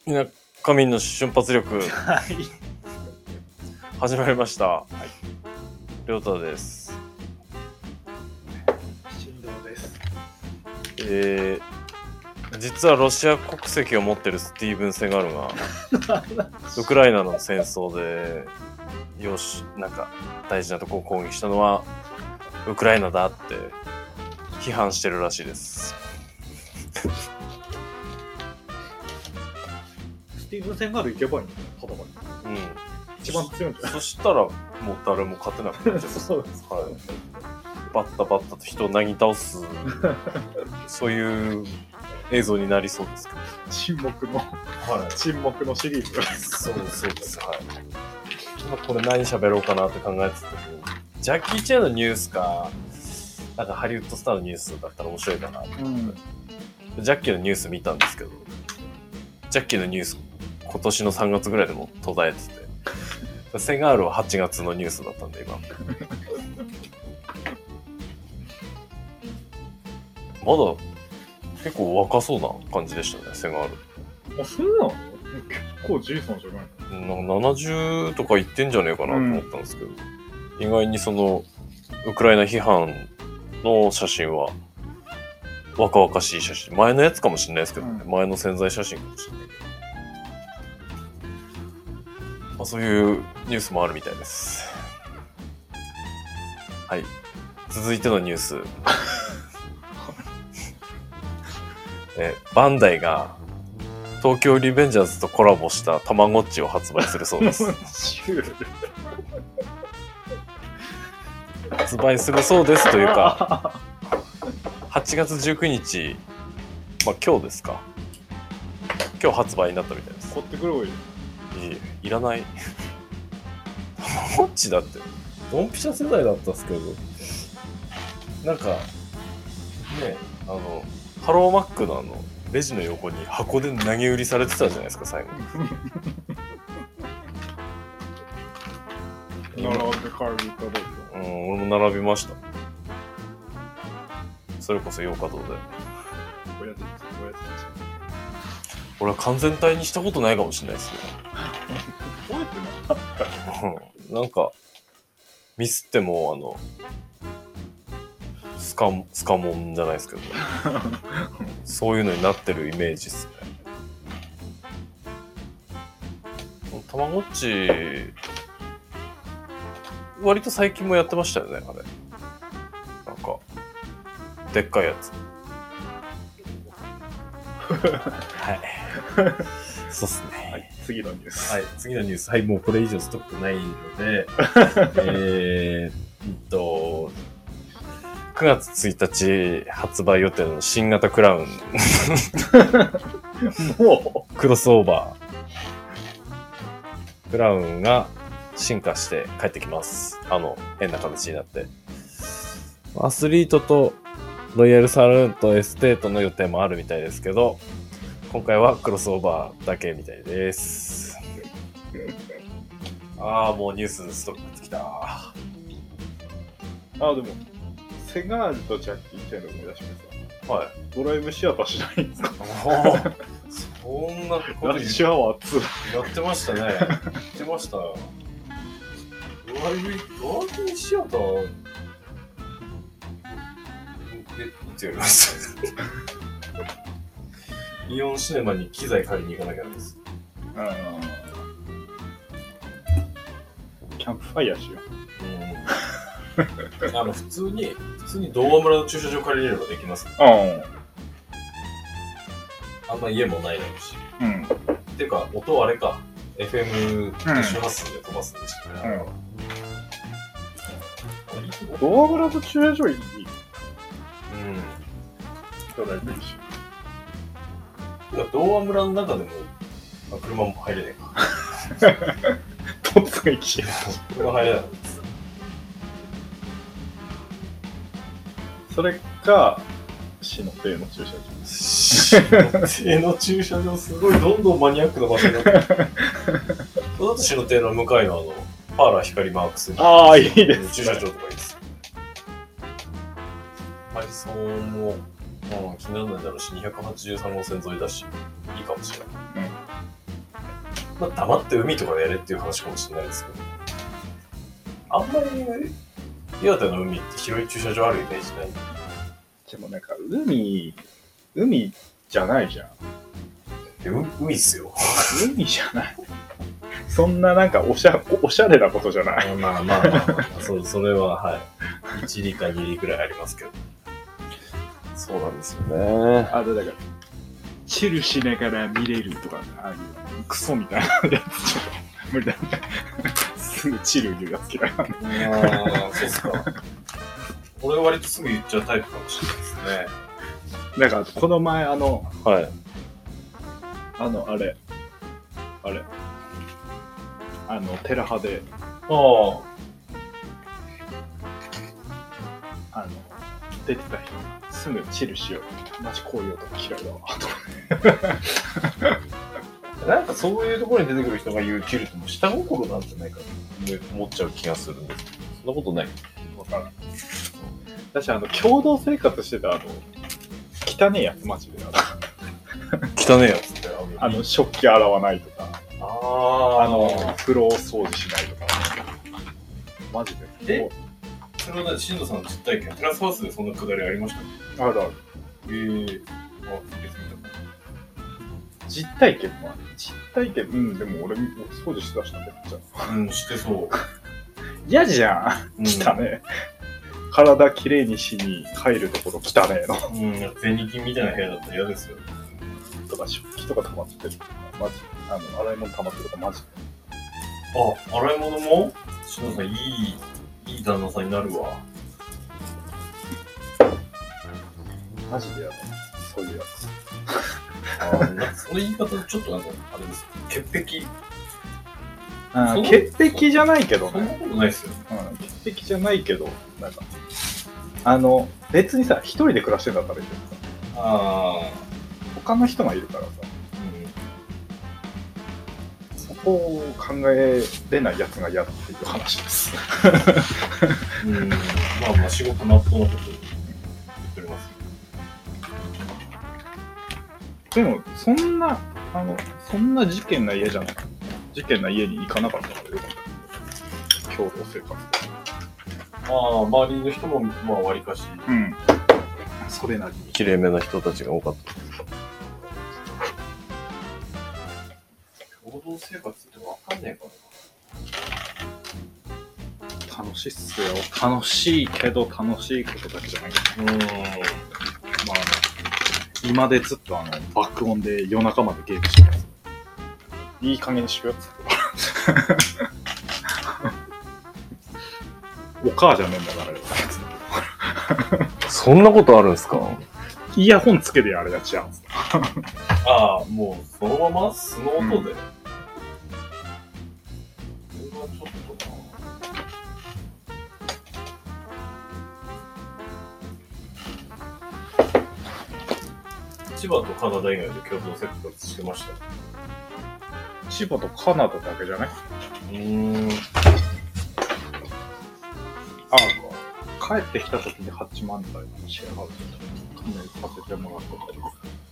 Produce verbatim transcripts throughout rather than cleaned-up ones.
中身の瞬発力はい始まりました。 はいりょうたです。 振動です。 えー、実はロシア国籍を持ってるスティーブン・セガールがウクライナの戦争でよしなんか大事なとこを攻撃したのはウクライナだって批判してるらしいです。 スティーブン・センガール行けばいいんだよ、戦い。 うん。 一番強いんじゃない？ そしたらもう誰も勝てなくなっちゃう。 そうです。 はい。バッタバッタと人をなぎ倒すそういう映像になりそうですけど。 沈黙の、 はい、 沈黙のシリーズ。 そうそうです。はい。今これ何喋ろうかなって考えてた時に、ジャッキー・チェンのニュースか、なんかハリウッドスターのニュースだったら面白いかなと思って、うん、ジャッキーのニュース見たんですけど、ジャッキーのニュース今年のさんがつぐらいでも途絶えてて、セガールははちがつのニュースだったんで今。まだ結構若そうな感じでしたね、セガール。 あ、そうなの？結構じいさんじゃないの？ なんかななじゅうとか言ってんじゃねえかなと思ったんですけど、うん、意外にそのウクライナ批判の写真は若々しい写真、前のやつかもしれないですけどね、うん、前の宣材写真かもしれないけど、まあ、そういうニュースもあるみたいです。はい、続いてのニュースえバンダイが東京リベンジャーズとコラボしたたまごっちを発売するそうです。発売するそうですというか、はちがつじゅうくにち、まあ今日ですか。今日発売になったみたいです。 買ってくればいい。 いい、いらない。たまごっちだってドンピシャ世代だったんですけど、なんかね、あのハローマックのあのレジの横に箱で投げ売りされてたじゃないですか、最後に。並んで買いに行っただけ。 うん、俺も並びました。それこそヨーカドーで。 おやつです、おやつです。 俺は完全体にしたことないかもしれないですけど。覚えてない？なんかミスってもあのスカスカモンじゃないですけど、そういうのになってるイメージですね。たまごっち割と最近もやってましたよね、あれ。なんかでっかいやつ。はい。そうっすね。 はい、次のニュース。 はい、次のニュース。はい、もうこれ以上ストックないので、えーっと、くがつついたち発売予定の新型クラウン。もうクロスオーバー。クラウンが進化して帰ってきます。あの、変な形になって。アスリートとロイヤルサルーンとエステートの予定もあるみたいですけど、今回はクロスオーバーだけみたいです。あー、もうニュースストックきた。あー、でもセガールとジャッキー・チェンの思い出します。はい。ドライブシアターしないんですか？ そんなことラッシュアワーツーやってましたね。やってました。ドライブドライブシアターえ、いつやりますイオンシネマに機材借りに行かなきゃなんです。 あキャンプファイヤーしよう。うん。あの普通に普通に堂和村の駐車場借りれればできます、ね。ああんま家もないだろうし。うん。てか音あれか エフエム 周波数で飛ばすんでしたね。 うん。堂和村の駐車場いい。うん。ドライブいいし。 堂和村の中でもあ車も入れないか。 突撃。 車入れないです。 それか市の邸の駐車場。 市の邸の駐車場すごいどんどんマニアックな場所になってる。そうだと市の邸の向かいのあのパーラー光マークスに。 ああいいです、ね。 駐車場とかいいです。配送も。まあ、気にならないだろうし、にひゃくはちじゅうさんごうせん沿いだし、いいかもしれない。うんまあ、黙って海とかでやれっていう話かもしれないですけど、あんまり岩手の海って広い駐車場あるイメージない。 でもなんか海海じゃないじゃん。 う海っすよ。 海じゃない。そんななんかおしゃおしゃれなことじゃない。 まあまあまあ、まあ、そうそれははい。いちリかにリぐらいありますけど。そうなんですよね。 あれだからチルしながら見れるとかあるクソみたいなやつちょっと無理だね。すぐチル言うやつ嫌いなんで。 ああ、そうっすか。俺は割とすぐ言っちゃうタイプかもしれないですね。 なんかこの前あのはいあのあれあれあのテラハであああの出てた人すぐチルしよう。マジこういう男嫌いだわとか。 なんかそういうところに出てくる人が言うチルっても下心なんじゃないかと思っちゃう気がするんですけど、そんなことない。 わからん。私あの共同生活してたあの汚ねえやつマジで汚ねえやつってあの食器洗わないとか、 ああの風呂掃除しないとか、マジで。 え？それはね、新藤さんの実体験、テラスハウスでそんなくだりありました？ あるある。 えー、あ、 実体験もある。実体験、うん、でも俺掃除してたしな、めっちゃ。 うん、してそう。 嫌じゃん。汚ねえ。体きれいにしに帰るところ汚ねえの。 うん、銭金みたいな部屋だったら嫌ですよ。 とか食器とか溜まってる。マジ。あの、洗い物溜まってるとかマジで。 あ、洗い物も新藤さん、いい、いい旦那さんになるわ。 マジでやだ。そういうやつ。 あなんかその言い方ちょっとなんかあれです潔癖。 あ潔癖じゃないけどね。 そんなことないですよ。 うん、潔癖じゃないけど、なんかあの別にさ一人で暮らしてんだったらいいけどさ。ああ。他の人がいるからさ。うん、そこを考えれないやつが嫌だっていう話です。 うん。まあまあ仕事まっとうなこと言っております。 でもそんなあのそんな事件な家じゃない。事件な家に行かなかったからよかった。共同生活で。 ああ、周りの人もまあ割かし、 うん。それなりに綺麗めな人たちが多かった。共同生活ってわかんねえかな。 楽しいっすよ。楽しいけど楽しいことだけじゃない。うーん。まあ、今でずっとあの爆音で夜中までゲームしてます。いい加減にしろよっつって。お母じゃねえんだからよ。 そんなことあるんですか？ イヤホンつけてやるやつやん。 ああ、もうそのまま素の音で。うん、これはちょっとな。千葉とカナダ以外で共同生活してました。 千葉とカナダだけじゃない？うーん。ああ、帰ってきた時にはちまん台のシェアハウスを加盟させてもらったり。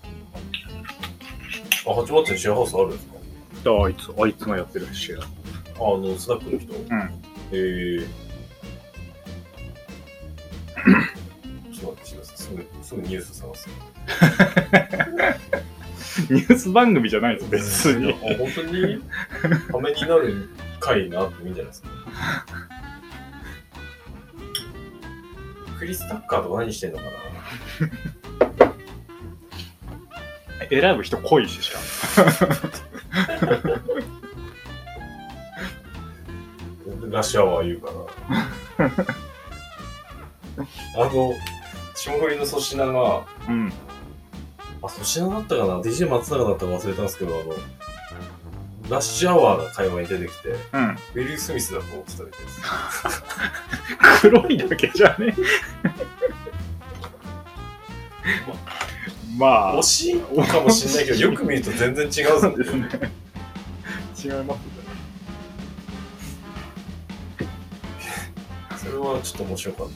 あ、はちまん台シェアハウスあるんですか？ あいつ、あいつがやってるシェア。 あの、スナックの人？うん。へえー。ちょっと待ってください。すぐ、すぐニュース探す。 ニュース番組じゃないぞ、別に。 本当にためになる回なってもいいんじゃないですか。クリス・タッカーと何してんのかな。 選ぶ人濃いししか。 ラッシュアワー言うから。あの、霜降りの粗品が、うん。あ、粗品だったかな ?ディージェー 松永だったか忘れたんですけど、あの、ラッシュアワーが会話に出てきて、うん、ウィル・スミスだと思ってたみたいです。 黒いだけじゃねまあ、 惜しいかもしれないけど、よく見ると全然違うぞですね。 違いますね。 それはちょっと面白かった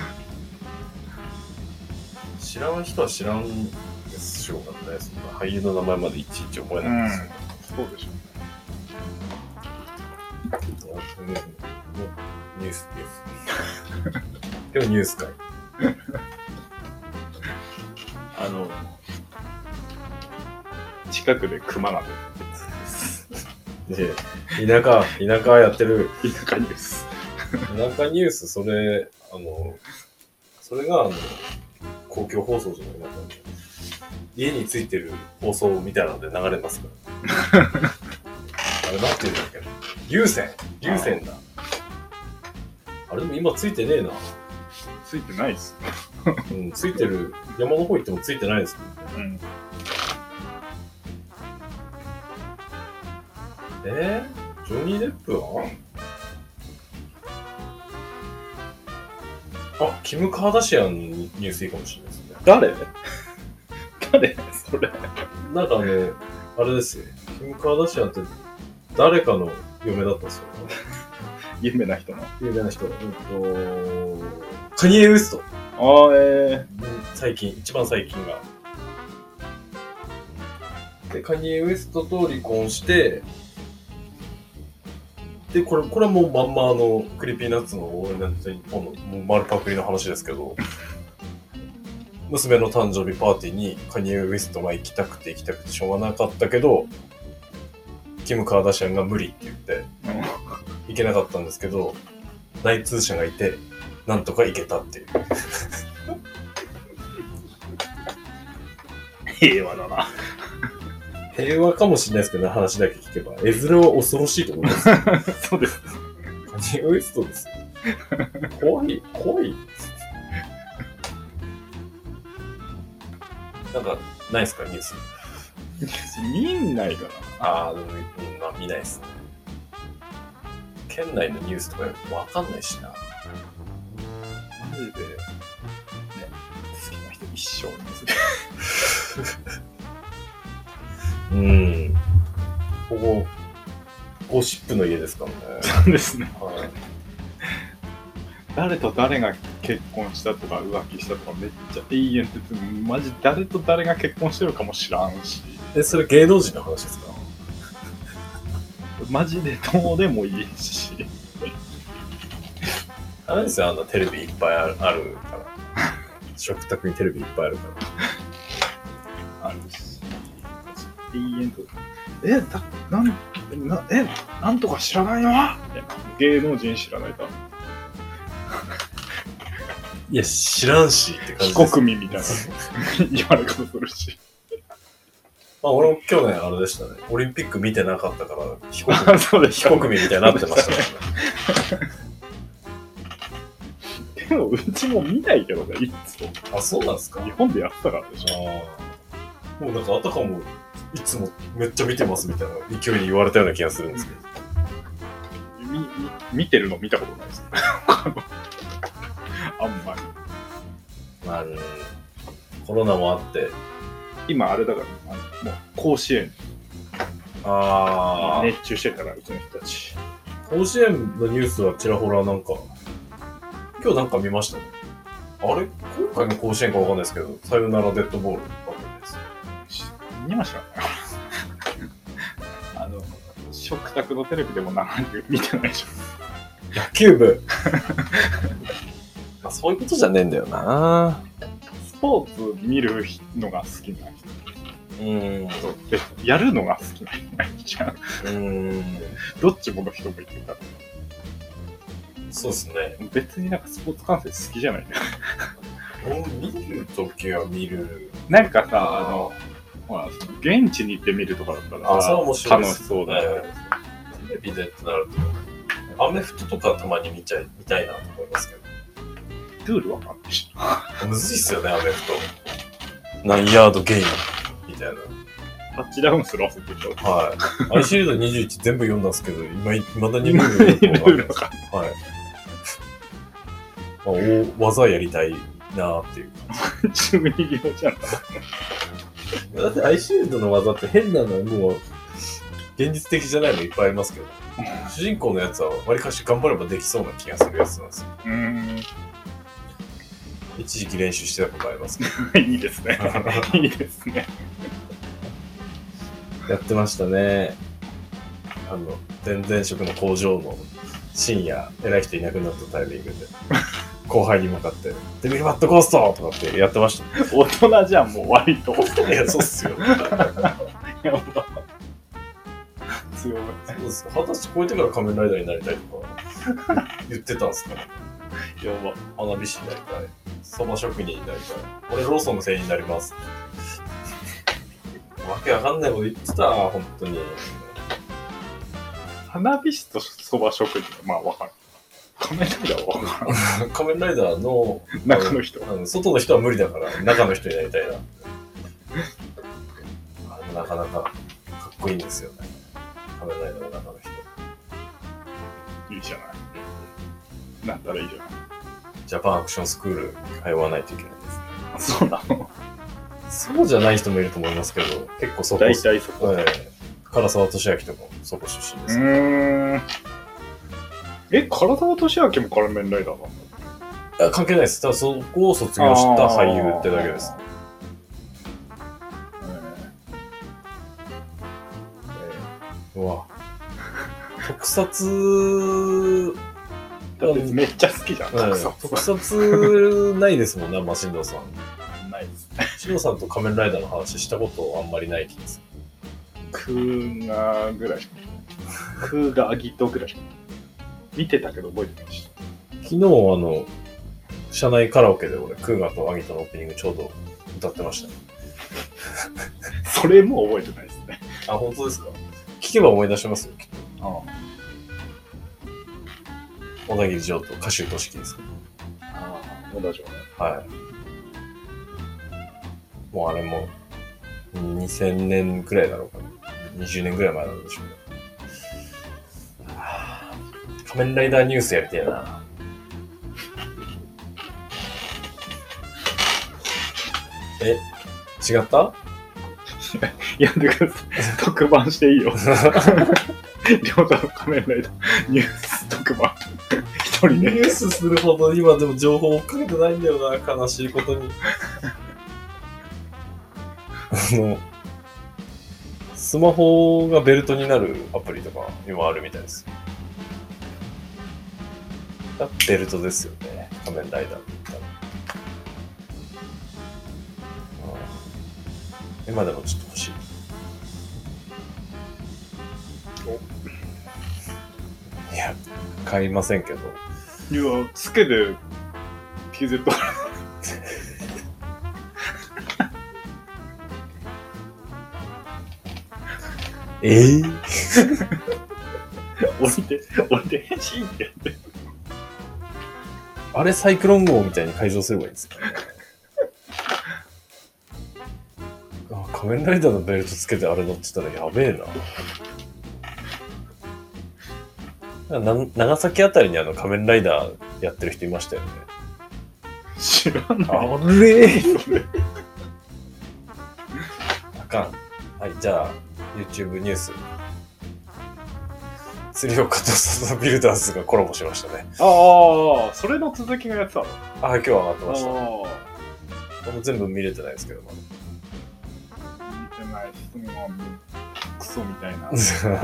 な。知らん人は知らんですしょうかね。そんな俳優の名前までいちいち覚えないんですよ、 うん。そうでしょうね。 うん、ニュースニュース。今日ニュースかい。 あの、近くで熊が出てる。で、田舎、田舎やってる。 田舎ニュース。 田舎ニュース、それ、あの、それが、あの、公共放送じゃないなんか、ね、家についてる放送みたいなので流れますから。あれ、なんて言うんだっけな。有線有線だ。あれでも今ついてねえな。 ついてないっす。 うん、ついてる。山の方行ってもついてないですもんね。うん。えー、ジョニー・デップはあ、キム・カーダシアンのニュースいいかもしれないですね。 誰誰それ。 なんかあの、あれですよ。キム・カーダシアンって誰かの嫁だったんですよ。 有名な人の。 有名な人。えっと、カニエ・ウエスト。 ああ、えー。 最近、一番最近が。で、カニエ・ウエストと離婚して、で、これ、これはもうまんまあの、クリーピーナッツの応援団日本のもう丸パクリの話ですけど、娘の誕生日パーティーにカニエ・ウエストが行きたくて行きたくてしょうがなかったけど、キム・カーダシアンが無理って言って、行けなかったんですけど、内通者がいて、なんとか行けたっていう。 平和だな。 平和かもしれないですけどね、話だけ聞けば。絵面は恐ろしいと思います。 そうです。 カニエ・ウエストですよ。怖い、怖い。なんか、ないですか、ニュース。 見んないかな。ああ、でも、うん、まあ、見ないですね。県内のニュースとかわかんないしな。 マジで、ね、好きな人一生にする。 うん。ここ、ゴシップの家ですからね。 そうですね。 はい。 誰と誰が結婚したとか浮気したとかめっちゃ永遠って言ってもマジ誰と誰が結婚してるかも知らんし。 え、それ芸能人の話ですか？ マジでどうでもいいし。 あれですよ、あんなテレビいっぱいあるから。食卓にテレビいっぱいあるから。 あるし。永遠と。え、だ、なん、な、え、なんとか知らないのみたいな。芸能人知らないと。 いや、知らんしって感じです。 非国民みたいな言われ方するし。 まあ、俺も去年あれでしたね。オリンピック見てなかったから、非国民、そうです非国民みたいになってましたね。 でも、うちも見ないけどね、いつも。 あ、そうなんですか？ 日本でやってたからでしょ。 あもうなんか、あたかも、いつもめっちゃ見てますみたいな勢いに言われたような気がするんですけど。 み、み、見てるの見たことないです。あんまり。 まあ、うん、コロナもあって。 今あれだから、あのもう甲子園。ああ。熱中してたから、うちの人たち。 甲子園のニュースはちらほらなんか、今日なんか見ましたね。あれ今回の甲子園かわかんないですけど、さよならデッドボールだったんです。 見ましたね。あの、食卓のテレビでも流れて見てないでしょ。 野球部まあそういうことじゃねえんだよな。 スポーツ見るのが好きな人。 うーん。 で、やるのが好きな人じゃん。うーん。 どっちもの人もいてるから。 そうですね。 別になんかスポーツ観戦好きじゃないんだよ。 見るときは見る。 なんかさ、あの、ほら、現地に行って見るとかだったらさ、 楽しそうだよ。 テレビでってなると、アメフトとかたまに見ちゃい、見たいなと思いますけど。 ルールわかんないし。 むずいっすよね、アメフト。何ヤードゲームみたいな。 タッチダウンする遊びでしょ。 はい。アイシールドにじゅういち全部読んだんですけど、今、未だにルールがはい。まあ、大技やりたいなーっていう感じ。 中二病じゃん。 だってアイシールドの技って変なのもう、現実的じゃないのいっぱいありますけど、主人公のやつはわりかし頑張ればできそうな気がするやつなんですよ。 うーん。 一時期練習してたことありますけど。いいですね。いいですね。 やってましたね。あの、前々職の工場の深夜偉い人いなくなったタイミングで後輩に向かって「デビルバッドコースト!」とかってやってました。 大人じゃん、もう割と。 いや、そうっすよ。 やば。強い。 そうですか。二十歳超えてから仮面ライダーになりたいとか言ってたんですかね。 やば。 花火師になりたい。そば職人になりたい。俺ローソンの店員になります。わけわかんないこと言ってた、本当に。 花火師とそば職人、まあわかる。仮面ライダーはわからん。 仮面ライダーの中の人。 外の人は無理だから中の人になりたいな。なかなかかっこいいんですよね。仮面ライダーの中の人。いいじゃない。なんたらいいじゃない。 ジャパンアクションスクール通わないといけないですね。 そうなの？ そうじゃない人もいると思いますけど、結構そこ。 大体そこ。 はい。唐沢俊明とかもそこ出身です。 うーん。え、唐沢俊明も仮面ライダーなの？ あ、関係ないです。ただそこを卒業した俳優ってだけです。えー、うわ。特撮だってめっちゃ好きじゃん、 特撮。特撮ないですもんね、まあ、進藤さん。 ないですね。 進藤さんと仮面ライダーの話したことあんまりない気です。 クーガーぐらいしかない。クーガーギットぐらいしかない。見てたけど覚えてました。 昨日あの、車内カラオケで俺、クーガーとアギトのオープニングちょうど歌ってましたね。 それも覚えてないですね。 あ、本当ですか？聞けば思い出しますよ、きっと。 ああ。 小田切城と歌手としきですか？ ああ、小田城ね。 はい。もうあれも、にせんねんくらいだろうかな。にじゅうねんくらい前なんでしょうね。はぁ、仮面ライダーニュースやりてえな。え、違った？ やんでください。特番していいよ。りょうたの仮面ライダーニュース特番。一人ニで。 ュースするほど今でも情報を追っかけてないんだよな、悲しいことに。あの、スマホがベルトになるアプリとか今あるみたいです。ベルトですよね、仮面ライダーって言ったら。今でもちょっと欲しい。いや、買いませんけど。 いや、つけで ピーゼットえぇ、ー、 降りて、降りて、変身ってやって。 あれサイクロン号みたいに改造すればいいんですかね。あ、仮面ライダーのベルトつけてあれ乗ってたらやべえな。な長崎あたりにあの仮面ライダーやってる人いましたよね。 知らない。 あれーあかん。はい、じゃあ YouTube ニュース。釣岡とサザビルダーズがコラボしましたね。 ああ、それの続きがやってたの？ あ、今日上がってました。 あもう全部見れてないですけどまだ。 見てない質問クソみたいな。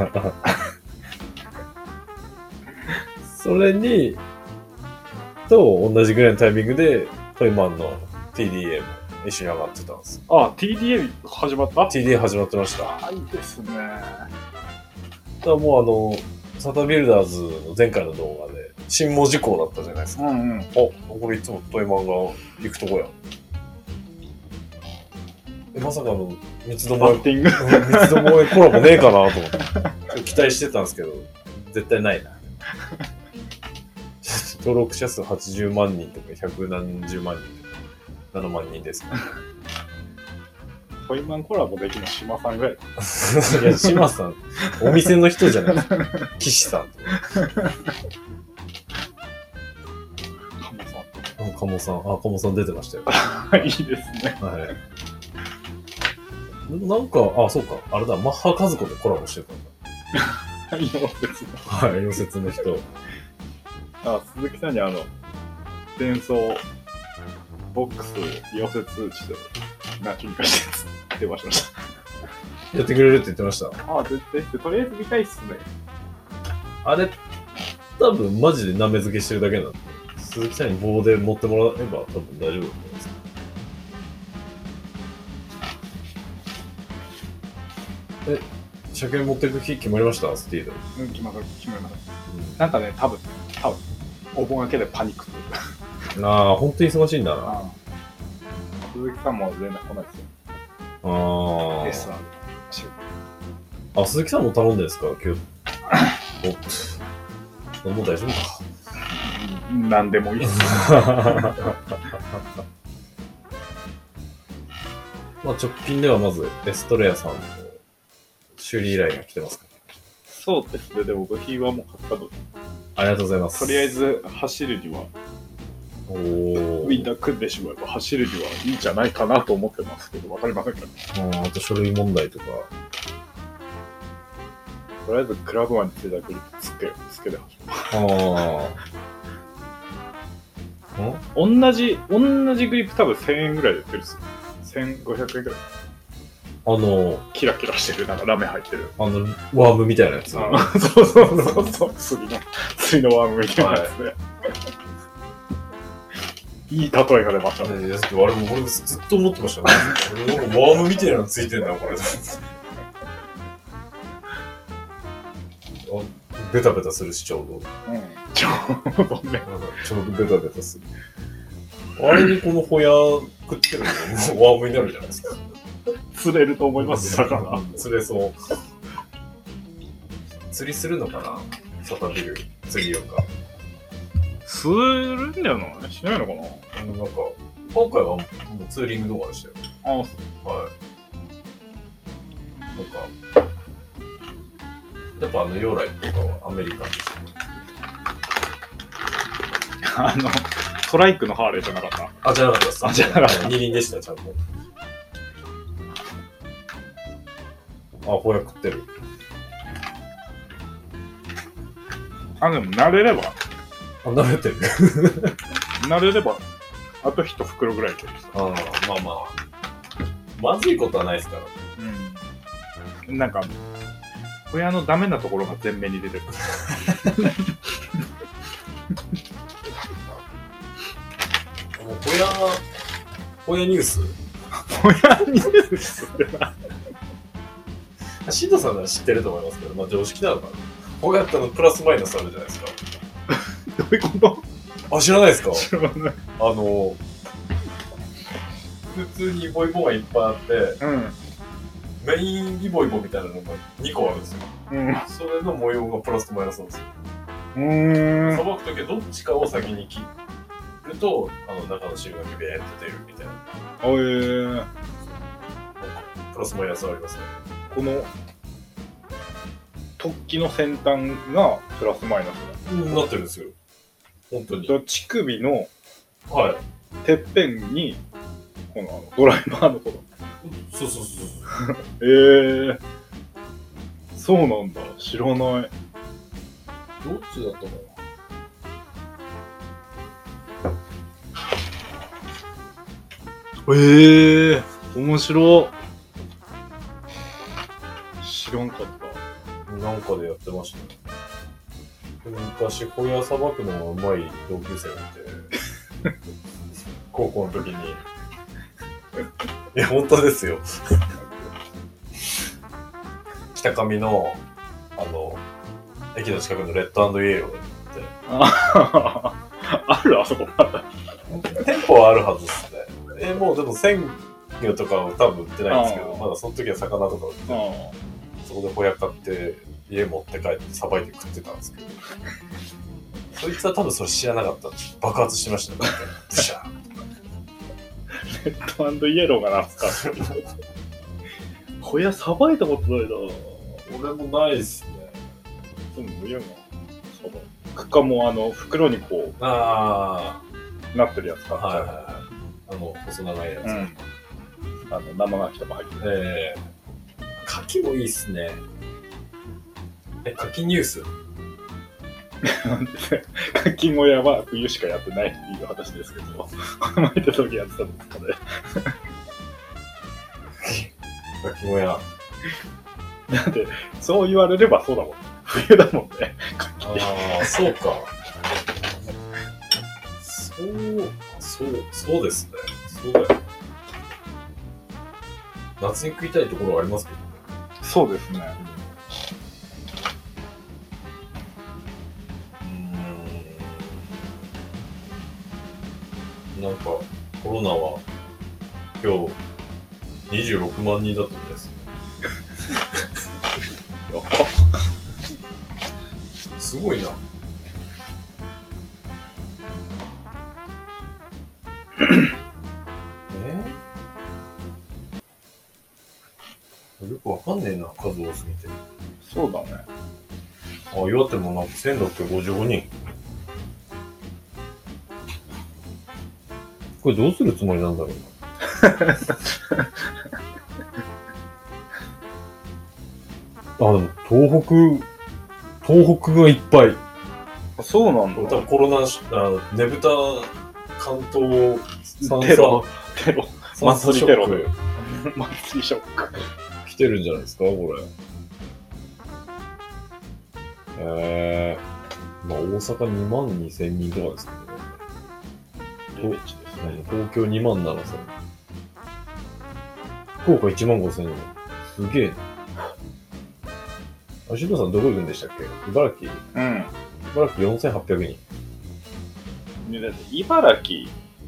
それにと同じぐらいのタイミングでトイマンの ティーディーエー も一緒に上がってたんです。 あ、ティーディーエー 始まった？ ティーディーエー 始まってました。 あ、いいですね。 だからもうあのサタビルダーズの前回の動画で新門司港だったじゃないですか。 うんうん。 あ、これいつもトイマンが行くとこや。え、まさかの三つどもえ、 バッティング三つどもえコラボねえかなと思って期待してたんですけど絶対ないな。登録者数はちじゅうまんにんとかひゃくなんじゅうまんにんとかななまんにんです、ね。 トイマンコラボできるの島さんぐらい。 いや、島さん、お店の人じゃないですか。岸さんとか。鴨さん。あ、鴨さん出てましたよ。 いいですね。 はい。なんか、あ、そうか。あれだ、マッハ和子でコラボしてたんだ。 溶接の。 はい、溶接の人。 あ、鈴木さんにあの、伝送、ボックス、溶接、ちょっと、な、気にかして電話しました。 やってくれるって言ってました。 あ、絶対して、とりあえず見たいっすね。 あれ、 多分マジで舐め付けしてるだけなんで、鈴木さんに棒で持ってもらえば多分大丈夫だと思います。え、車検持っていく日決まりましたスティード。 うん、決まりました。決まりました。なんかね、多分、多分、お盆明けでパニックっていうか。 ああ、本当に忙しいんだな。あ鈴木さんも連絡来ないですよ。 ああ。 レストランで。あ、鈴木さんも頼んでるんですか今日。おっと。もう大丈夫か。 なんでもいいっす。 まあ直近ではまずエストレアさんの修理依頼が来てますか、ね、 そうですね。でも部品はもう買ったので。 ありがとうございます。 とりあえず走るには、 おー、 みんな組んでしまえば走るにはいいんじゃないかなと思ってますけど、わかりませんかね。 ああと書類問題とか。 とりあえずクラブマンについたグリップつけ、つけてほしい。 ああ。 同じ、同じグリップ多分せんえんぐらいで売ってるんですよ。せんごひゃくえんぐらい。 あの、 キラキラしてる、なんかラメ入ってる。 あの、ワームみたいなやつ。 あそうそうそうそう、釣りの、釣りのワームみたいなやつで。はい、いい例えが出ましたね。 いや、あれも俺ずっと思ってましたね。俺なんかワームみたいなのついてんだよ、これ。ベタベタするし、ちょうど。うん。 ちょうどね。 ちょうどベタベタする。あれにこのホヤくっつけるのもワームになるじゃないですか。 釣れると思います、だから。 釣れそう。釣りするのかなサタビル、釣りよか。 するんだよな。しないのかな。 なんか、今回はもうツーリング動画でしたよ。 ああ、はい。 なんか、やっぱあの、ヨーライとかはアメリカンですよ。 あの、トライクのハーレーじゃなかった。 あ、じゃなかったです。 あ、じゃなかった。 二輪でした、ちゃんと。あ、ホヤ食ってる。 あ、でも慣れれば。 あ、慣れてる。 慣れれば、あと一袋ぐらいいけるさ。 ああ、まあまあ。まずいことはないですからね。 うん。なんか、親のダメなところが前面に出てる。 もう、ホヤ、ホヤニュース親ニュースってな。 シンタさんなら知ってると思いますけど、まあ常識なのかな。ホヤってのプラスマイナスあるじゃないですか。 どういうこと？ あ、知らないですか？ 知らない。 あの、普通にイボイボがいっぱいあって、 うん。 メインイボイボみたいなのがにこあるんですよ。 うん。 それの模様がプラスとマイナスなんですよ。 うーん。 さばくときはどっちかを先に切ると、あの中の汁がビベーって出るみたいな。 あ、えー。 なんかプラスマイナスありますね。 この突起の先端がプラスマイナスになってるんですよ。本当に。 乳首のはい。 てっぺんにこのあのドライバーのこと。 そうそうそうそう。 えー。そうなんだ。知らない。 どっちだったかな。 えー。面白い。知らんかった。 なんかでやってましたね。昔、ホヤさばくのがうまい同級生がいて、高校の時に。いや、本当ですよ。北上の、あの、駅の近くのレッド&イエローに行って。 ああるあそこまだ。 店舗はあるはずですね。え、もうでも鮮魚とかは多分売ってないんですけど、まだその時は魚とか売ってて、そこでホヤ買って家持って帰ってさばいて食ってたんですけど、そいつは多分それ知らなかった。爆発してましたね。ブシャー。 レッド&イエローが懐かしい。ホヤさばいたことないな。 俺もないっすね。 でも無理やな。クカもあの袋にこうあなってるやつか。 はいはいはい。あの細長いやつ。うん、 あの生牡蠣とか入ってる。 ええー。牡蠣もいいっすね。え、牡蠣ニュース？ 牡蠣小屋は冬しかやってないっていう話ですけど、この前行った時やってたんですかね。 牡蠣小屋。 だってそう言われればそうだもん。冬だもんね。牡蠣ああ、そうか。そう、そう、そうですね。そうだよ。夏に食いたいところはありますけどね。 そうですね。 うーん。なんか、コロナは今日にじゅうろくまんにんだったんです。すごいな。えよくわかんねえな、数多すぎて。 そうだね。 あ、岩手もなんかせんろっぴゃくごじゅうごにん。これどうするつもりなんだろうな。あ、でも東北、東北がいっぱい。 そうなんだ。 多分コロナ、あねぶた関東三テロ、テロ、祭りテロで。祭りショック。 来てるんじゃないですか、これ。えー、まあ大阪にまんにせんにんとかですけどね。 レベチですね。 東京にまんななせん。福岡いちまんごせんえん。すげえな。あ、しのさんどこ行くんでしたっけ？茨城？ うん。 茨城よんせんはっぴゃくにん。 ね、だって茨城、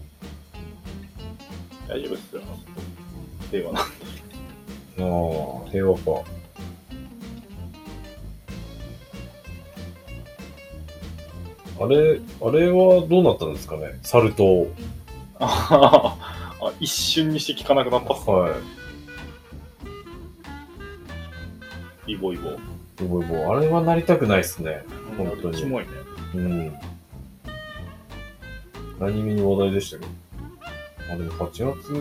大丈夫っすよ。平和なんで。 ああ、平和か。あれ、あれはどうなったんですかね？サル痘。 ああ、一瞬にして聞かなくなったっすね。 はい。 イボイボ。 イボイボ。あれはなりたくないっすね。本当に。 キモいね。 うん。何気に話題でしたけど。あ、でもはちがつ、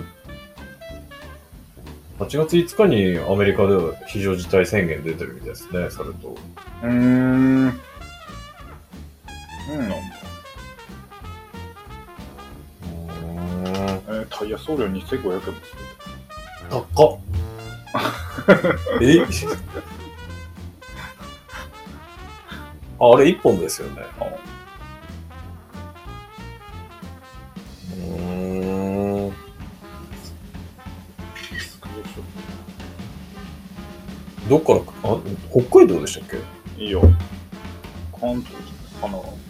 はちがついつかにアメリカでは非常事態宣言出てるみたいですね、サル痘。 うーん。うんなんだ。 うーん。 えー、タイヤ送料にせんごひゃくえんですよ。 高っ。えあ、あれいっぽんですよね。 あうーん。どっから、あ、北海道でしたっけ？ いいよ。関東ですね、神奈川。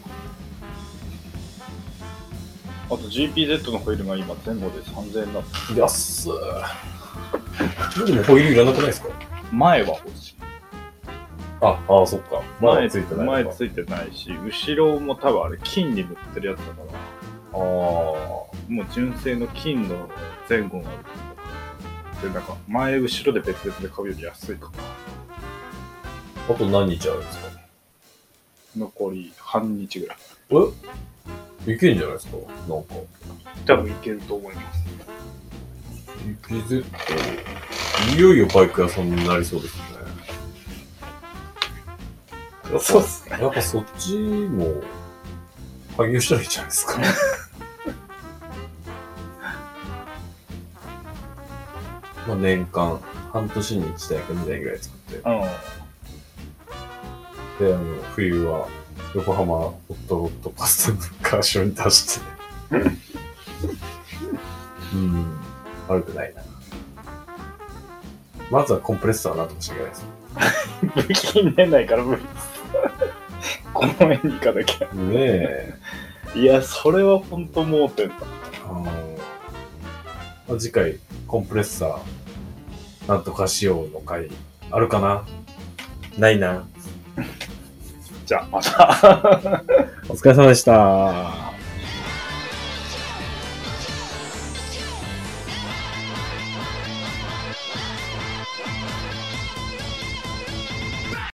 あと ジーピーゼット のホイールが今前後でさんぜんえんだった。 安ー。でもホイールいらなくないですか？ 前は欲しい。 あ、ああ、そっか。 前ついてない。 前ついてないし、後ろも多分あれ金に塗ってるやつだから、 ああ。 もう純正の金の前後がある。で、なんか前後ろで別々で買うより安いかな。 あと何日あるんですか？ 残り半日ぐらい。 えいけんじゃないですか？なんか。 多分いけると思います。 ジーピーゼット、いよいよバイク屋さんになりそうですね。 そうっすね。 やっぱそっちも、開業したらいいじゃないですか。まあ年間、半年にいちだいかにだいぐらい作って。 うん。 で、あの、冬は横浜ホットロッドカスタムカーショーに出して。うん、悪くないな。まずはコンプレッサーなんとかしなきゃいけないです。 武器に出ないから無理です。この辺に行かなきゃ。 ねえ。 いや、それはほんと盲点だ。 あの、まあ、次回、コンプレッサー、なんとかしようの回、あるかな？ないな。 じゃあ、また。 お疲れ様でした。